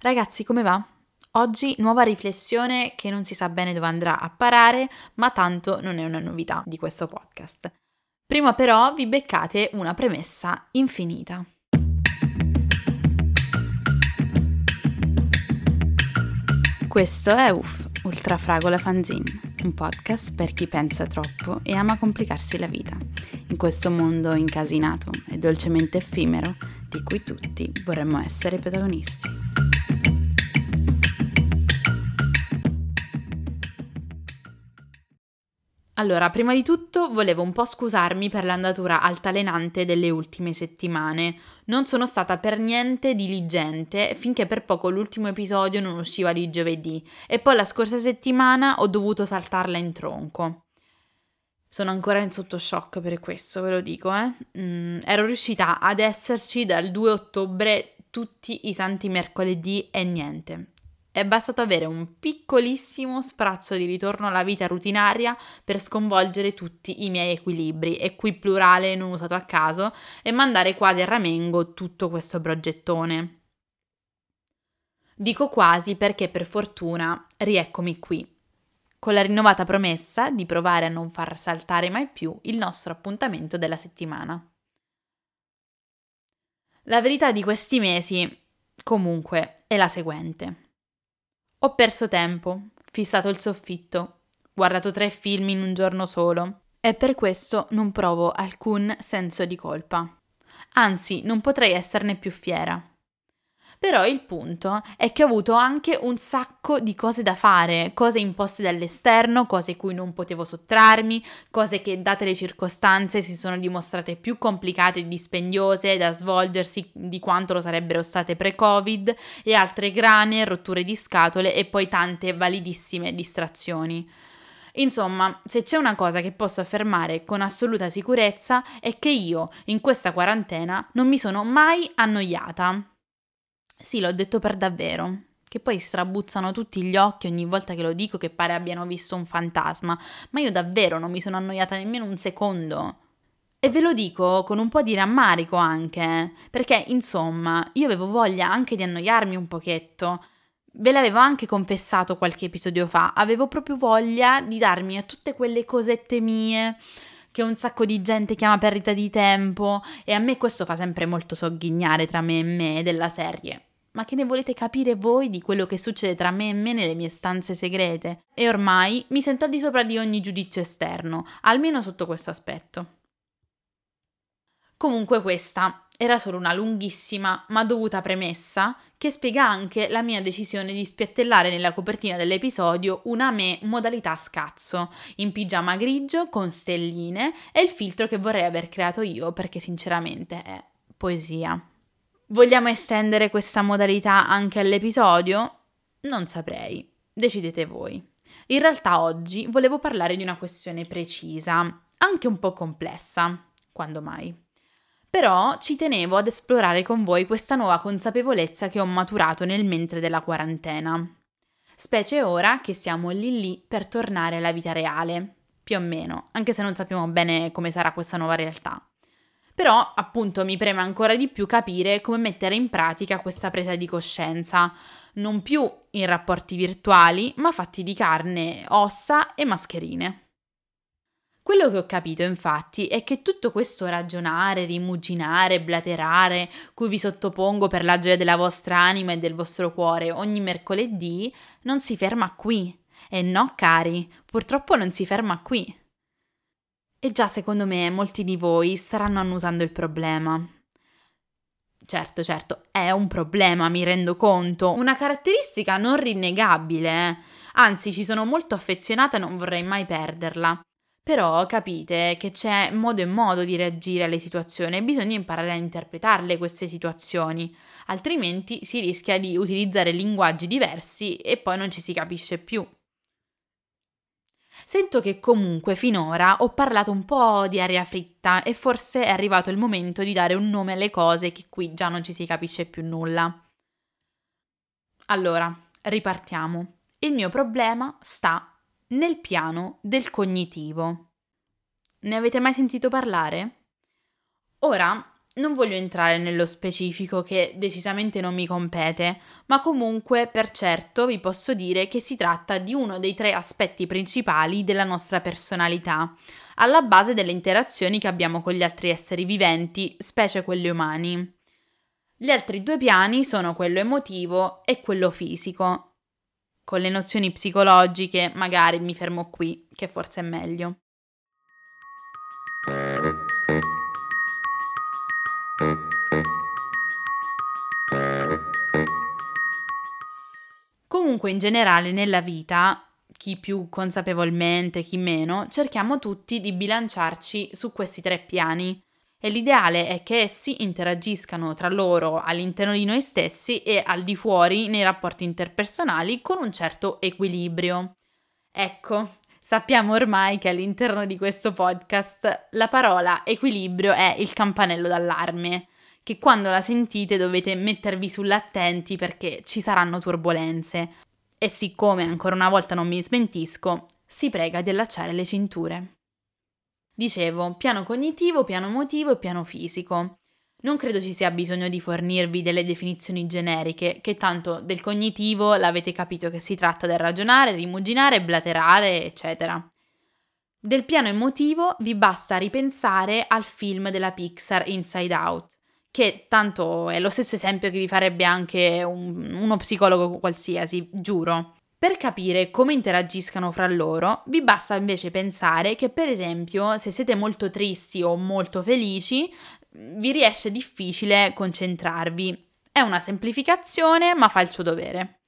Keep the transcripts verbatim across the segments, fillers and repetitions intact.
Ragazzi, come va? Oggi nuova riflessione che non si sa bene dove andrà a parare, ma tanto non è una novità di questo podcast. Prima però vi beccate una premessa infinita. Questo è U F, Ultrafragola Fanzine, un podcast per chi pensa troppo e ama complicarsi la vita, in questo mondo incasinato e dolcemente effimero di cui tutti vorremmo essere protagonisti. Allora, prima di tutto volevo un po' scusarmi per l'andatura altalenante delle ultime settimane. Non sono stata per niente diligente finché per poco l'ultimo episodio non usciva di giovedì e poi la scorsa settimana ho dovuto saltarla in tronco. Sono ancora in sottoshock per questo, ve lo dico, eh. Mm, ero riuscita ad esserci dal due ottobre tutti i santi mercoledì e niente. È bastato avere un piccolissimo sprazzo di ritorno alla vita rutinaria per sconvolgere tutti i miei equilibri, e qui plurale non usato a caso, e mandare quasi a ramengo tutto questo progettone. Dico quasi perché per fortuna rieccomi qui, con la rinnovata promessa di provare a non far saltare mai più il nostro appuntamento della settimana. La verità di questi mesi, comunque, è la seguente. Ho perso tempo, fissato il soffitto, guardato tre film in un giorno solo e per questo non provo alcun senso di colpa. Anzi, non potrei esserne più fiera. Però il punto è che ho avuto anche un sacco di cose da fare, cose imposte dall'esterno, cose cui non potevo sottrarmi, cose che date le circostanze si sono dimostrate più complicate e dispendiose da svolgersi di quanto lo sarebbero state pre-Covid, e altre grane, rotture di scatole e poi tante validissime distrazioni. Insomma, se c'è una cosa che posso affermare con assoluta sicurezza è che io, in questa quarantena, non mi sono mai annoiata. Sì, l'ho detto per davvero, che poi strabuzzano tutti gli occhi ogni volta che lo dico, che pare abbiano visto un fantasma, ma io davvero non mi sono annoiata nemmeno un secondo. E ve lo dico con un po' di rammarico anche, perché insomma, io avevo voglia anche di annoiarmi un pochetto. Ve l'avevo anche confessato qualche episodio fa, avevo proprio voglia di darmi a tutte quelle cosette mie che un sacco di gente chiama perdita di tempo, e a me questo fa sempre molto sogghignare tra me e me, della serie. Ma che ne volete capire voi di quello che succede tra me e me nelle mie stanze segrete? E ormai mi sento al di sopra di ogni giudizio esterno, almeno sotto questo aspetto. Comunque questa era solo una lunghissima ma dovuta premessa che spiega anche la mia decisione di spiattellare nella copertina dell'episodio una me modalità scazzo, in pigiama grigio con stelline e il filtro che vorrei aver creato io perché sinceramente è poesia. Vogliamo estendere questa modalità anche all'episodio? Non saprei, decidete voi. In realtà oggi volevo parlare di una questione precisa, anche un po' complessa, quando mai. Però ci tenevo ad esplorare con voi questa nuova consapevolezza che ho maturato nel mentre della quarantena. Specie ora che siamo lì lì per tornare alla vita reale, più o meno, anche se non sappiamo bene come sarà questa nuova realtà. Però, appunto, mi preme ancora di più capire come mettere in pratica questa presa di coscienza, non più in rapporti virtuali, ma fatti di carne, ossa e mascherine. Quello che ho capito, infatti, è che tutto questo ragionare, rimuginare, blaterare, cui vi sottopongo per la gioia della vostra anima e del vostro cuore ogni mercoledì, non si ferma qui. E no, cari, purtroppo non si ferma qui. E già secondo me molti di voi staranno annusando il problema. Certo, certo, è un problema, mi rendo conto, una caratteristica non rinnegabile, eh. Anzi, ci sono molto affezionata e non vorrei mai perderla. Però capite che c'è modo e modo di reagire alle situazioni e bisogna imparare a interpretarle queste situazioni, altrimenti si rischia di utilizzare linguaggi diversi e poi non ci si capisce più. Sento che comunque finora ho parlato un po' di aria fritta e forse è arrivato il momento di dare un nome alle cose, che qui già non ci si capisce più nulla. Allora, ripartiamo. Il mio problema sta nel piano del cognitivo. Ne avete mai sentito parlare? Ora, non voglio entrare nello specifico che decisamente non mi compete, ma comunque per certo vi posso dire che si tratta di uno dei tre aspetti principali della nostra personalità, alla base delle interazioni che abbiamo con gli altri esseri viventi, specie quelli umani. Gli altri due piani sono quello emotivo e quello fisico. Con le nozioni psicologiche magari mi fermo qui, che forse è meglio. Comunque in generale nella vita, chi più consapevolmente, chi meno, cerchiamo tutti di bilanciarci su questi tre piani e l'ideale è che essi interagiscano tra loro all'interno di noi stessi e al di fuori nei rapporti interpersonali con un certo equilibrio. Ecco, sappiamo ormai che all'interno di questo podcast la parola equilibrio è il campanello d'allarme, che quando la sentite dovete mettervi sull'attenti perché ci saranno turbolenze. E siccome ancora una volta non mi smentisco, si prega di allacciare le cinture. Dicevo, piano cognitivo, piano emotivo e piano fisico. Non credo ci sia bisogno di fornirvi delle definizioni generiche, che tanto del cognitivo l'avete capito che si tratta del ragionare, rimuginare, blaterare, eccetera. Del piano emotivo vi basta ripensare al film della Pixar Inside Out, che tanto è lo stesso esempio che vi farebbe anche un, uno psicologo qualsiasi, giuro. Per capire come interagiscano fra loro, vi basta invece pensare che, per esempio, se siete molto tristi o molto felici, vi riesce difficile concentrarvi. È una semplificazione, ma fa il suo dovere.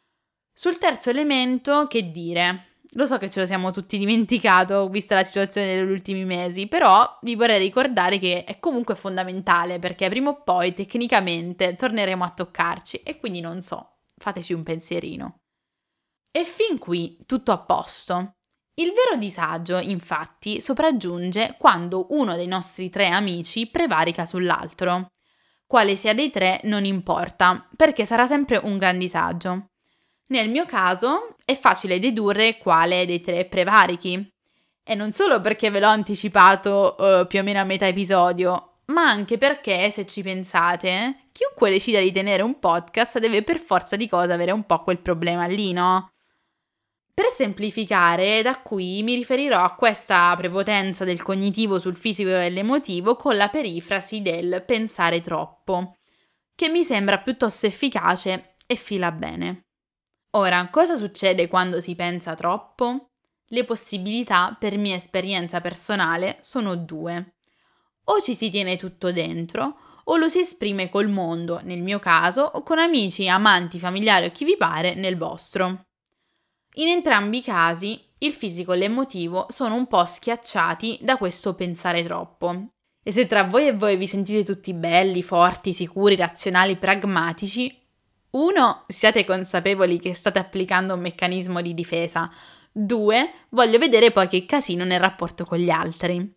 Sul terzo elemento, che dire? Lo so che ce lo siamo tutti dimenticato, vista la situazione degli ultimi mesi, però vi vorrei ricordare che è comunque fondamentale, perché prima o poi, tecnicamente, torneremo a toccarci, e quindi non so, fateci un pensierino. E fin qui tutto a posto. Il vero disagio, infatti, sopraggiunge quando uno dei nostri tre amici prevarica sull'altro. Quale sia dei tre non importa, perché sarà sempre un gran disagio. Nel mio caso è facile dedurre quale dei tre prevarichi. E non solo perché ve l'ho anticipato uh, più o meno a metà episodio, ma anche perché, se ci pensate, chiunque decida di tenere un podcast deve per forza di cosa avere un po' quel problema lì, no? Per semplificare, da qui mi riferirò a questa prepotenza del cognitivo sul fisico e l'emotivo con la perifrasi del pensare troppo, che mi sembra piuttosto efficace e fila bene. Ora, cosa succede quando si pensa troppo? Le possibilità, per mia esperienza personale, sono due. O ci si tiene tutto dentro, o lo si esprime col mondo, nel mio caso, o con amici, amanti, familiari o chi vi pare, nel vostro. In entrambi i casi, il fisico e l'emotivo sono un po' schiacciati da questo pensare troppo. E se tra voi e voi vi sentite tutti belli, forti, sicuri, razionali, pragmatici, uno, siate consapevoli che state applicando un meccanismo di difesa. Due, voglio vedere poi che casino nel rapporto con gli altri.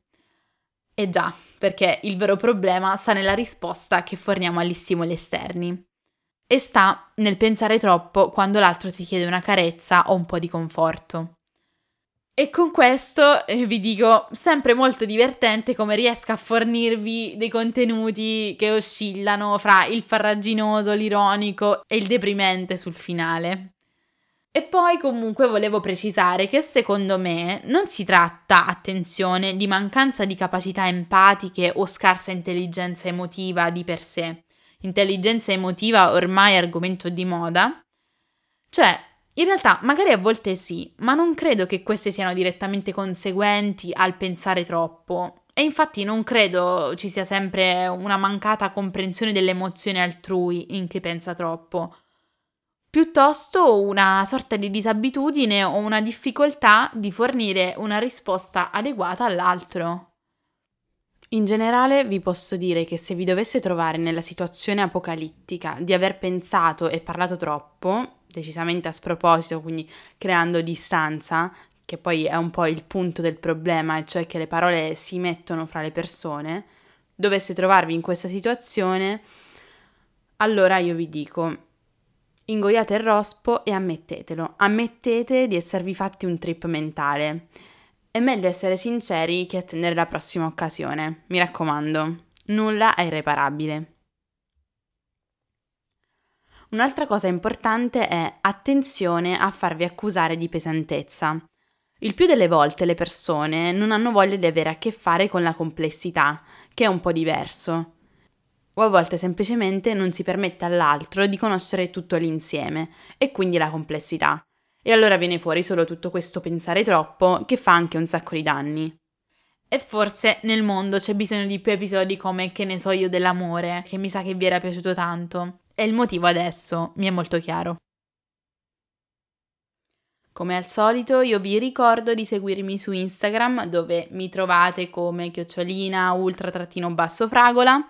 E già, perché il vero problema sta nella risposta che forniamo agli stimoli esterni. E sta nel pensare troppo quando l'altro ti chiede una carezza o un po' di conforto. E con questo eh, vi dico, sempre molto divertente come riesca a fornirvi dei contenuti che oscillano fra il farraginoso, l'ironico e il deprimente sul finale. E poi comunque volevo precisare che secondo me non si tratta, attenzione, di mancanza di capacità empatiche o scarsa intelligenza emotiva di per sé. Intelligenza emotiva ormai è argomento di moda. Cioè, in realtà magari a volte sì, ma non credo che queste siano direttamente conseguenti al pensare troppo. E infatti non credo ci sia sempre una mancata comprensione delle emozioni altrui in chi pensa troppo. Piuttosto una sorta di disabitudine o una difficoltà di fornire una risposta adeguata all'altro. In generale vi posso dire che se vi doveste trovare nella situazione apocalittica di aver pensato e parlato troppo, decisamente a sproposito, quindi creando distanza, che poi è un po' il punto del problema, e cioè che le parole si mettono fra le persone, doveste trovarvi in questa situazione, allora io vi dico, ingoiate il rospo e ammettetelo, ammettete di esservi fatti un trip mentale. È meglio essere sinceri che attendere la prossima occasione, mi raccomando. Nulla è irreparabile. Un'altra cosa importante è attenzione a farvi accusare di pesantezza. Il più delle volte le persone non hanno voglia di avere a che fare con la complessità, che è un po' diverso. O a volte semplicemente non si permette all'altro di conoscere tutto l'insieme, e quindi la complessità. E allora viene fuori solo tutto questo pensare troppo che fa anche un sacco di danni. E forse nel mondo c'è bisogno di più episodi come Che ne so io dell'amore, che mi sa che vi era piaciuto tanto. E il motivo adesso mi è molto chiaro. Come al solito io vi ricordo di seguirmi su Instagram, dove mi trovate come chiocciolina ultra trattino basso fragola.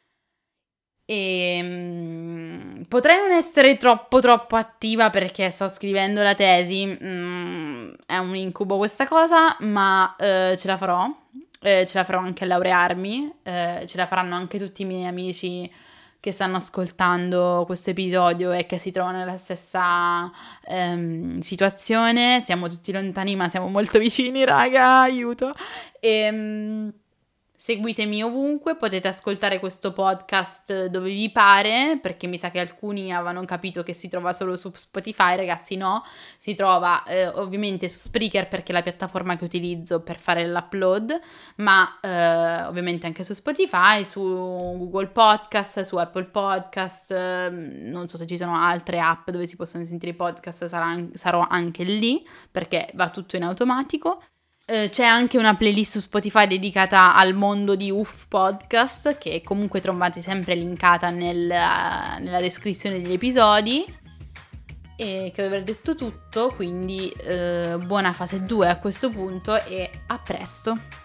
E mm, potrei non essere troppo troppo attiva perché sto scrivendo la tesi, mm, è un incubo questa cosa, ma eh, ce la farò, eh, ce la farò anche a laurearmi, eh, ce la faranno anche tutti i miei amici che stanno ascoltando questo episodio e che si trovano nella stessa ehm, situazione. Siamo tutti lontani ma siamo molto vicini, raga, aiuto. E... mm, seguitemi ovunque, potete ascoltare questo podcast dove vi pare, perché mi sa che alcuni avevano capito che si trova solo su Spotify, ragazzi no, si trova eh, ovviamente su Spreaker perché è la piattaforma che utilizzo per fare l'upload, ma eh, ovviamente anche su Spotify, su Google Podcast, su Apple Podcast, eh, non so se ci sono altre app dove si possono sentire i podcast, sarà, sarò anche lì perché va tutto in automatico. Eh, c'è anche una playlist su Spotify dedicata al mondo di U F Podcast, che comunque trovate sempre linkata nel, nella descrizione degli episodi. E che aver detto tutto, quindi eh, buona fase due a questo punto e a presto!